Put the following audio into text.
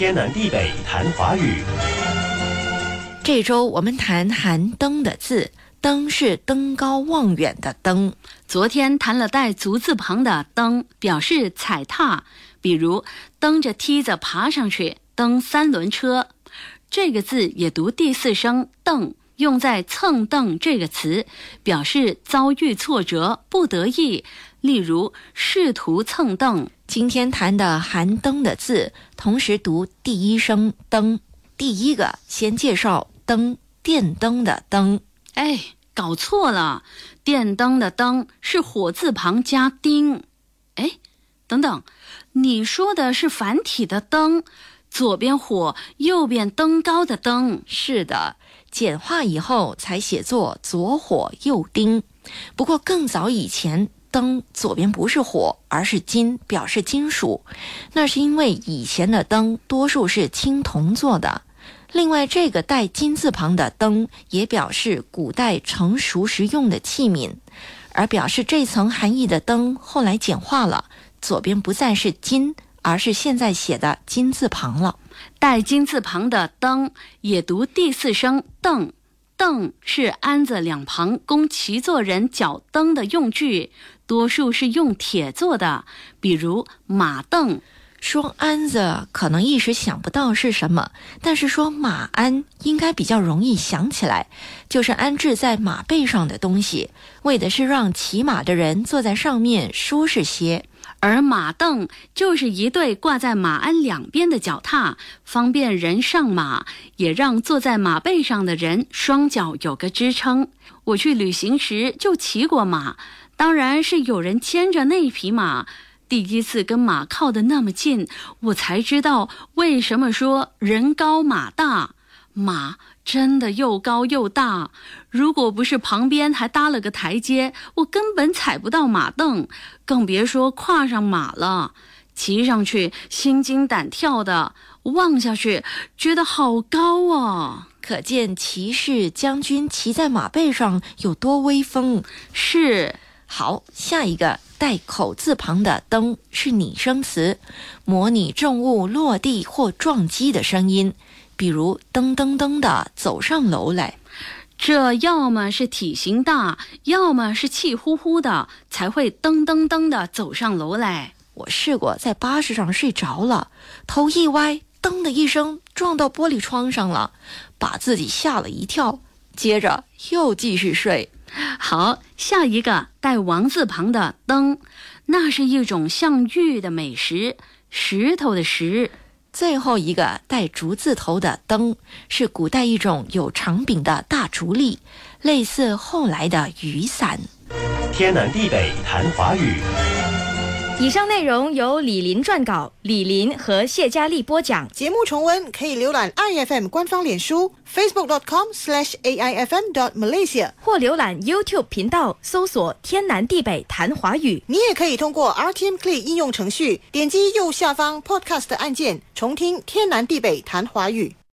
天南地北谈华语。 这周我们谈寒登的字，登是登高望远的登。 昨天谈了带足字旁的登，表示踩踏，比如蹬着梯子爬上去，蹬三轮车。这个字也读第四声蹬，用在蹭蹬这个词，表示遭遇挫折，不得意，例如试图蹭蹬。 今天谈的寒登的字，同时读第一声登。第一个先介绍灯，电灯的灯。 搞错了，电灯的灯是火字旁加丁。等等，你说的是繁体的灯，左边火，右边登高的登。 是的，简化以后才写作左火右丁。不过更早以前，灯左边不是火，而是金，表示金属。那是因为以前的灯多数是青铜做的。另外，这个带金字旁的灯也表示古代盛熟食用的器皿，而表示这层含义的灯后来简化了，左边不再是金，而是现在写的金字旁了。 带金字旁的灯也读第四声蹬，蹬是鞍子两旁供骑坐人脚蹬的用具，多数是用铁做的，比如马蹬。 说鞍子可能一时想不到是什么，但是说马鞍应该比较容易想起来，就是安置在马背上的东西，为的是让骑马的人坐在上面舒适些。 而马蹬就是一对挂在马鞍两边的脚踏，方便人上马，也让坐在马背上的人双脚有个支撑。我去旅行时就骑过马，当然是有人牵着那匹马。第一次跟马靠得那么近，我才知道为什么说人高马大。马真的又高又大，如果不是旁边还搭了个台阶，我根本踩不到马蹬，更别说跨上马了。骑上去心惊胆跳的，望下去觉得好高哦。 可见骑士将军骑在马背上有多威风。 是。 好，下一个带口字旁的蹬是拟声词，模拟重物落地或撞击的声音，比如噔噔噔的走上楼来。 这要么是体型大，要么是气呼呼的，才会噔噔噔的走上楼来。 我试过在巴士上睡着了，头一歪，噔的一声撞到玻璃窗上了，把自己吓了一跳，接着又继续睡。 好，下一个带王字旁的灯，那是一种像玉的美石，石头的石。 最后一个带竹字头的灯，是古代一种有长柄的大竹笠，类似后来的雨伞。 天南地北谈华语。 以上内容由李林撰稿，李林和谢佳丽播讲。 节目重温可以浏览 IFM 官方脸书 facebook.com/AIFM.Malaysia 或浏览 YouTube 频道，搜索天南地北谈华语。 你也可以通过 RTM Play 应用程序，点击右下方 Podcast 的按键，重听天南地北谈华语。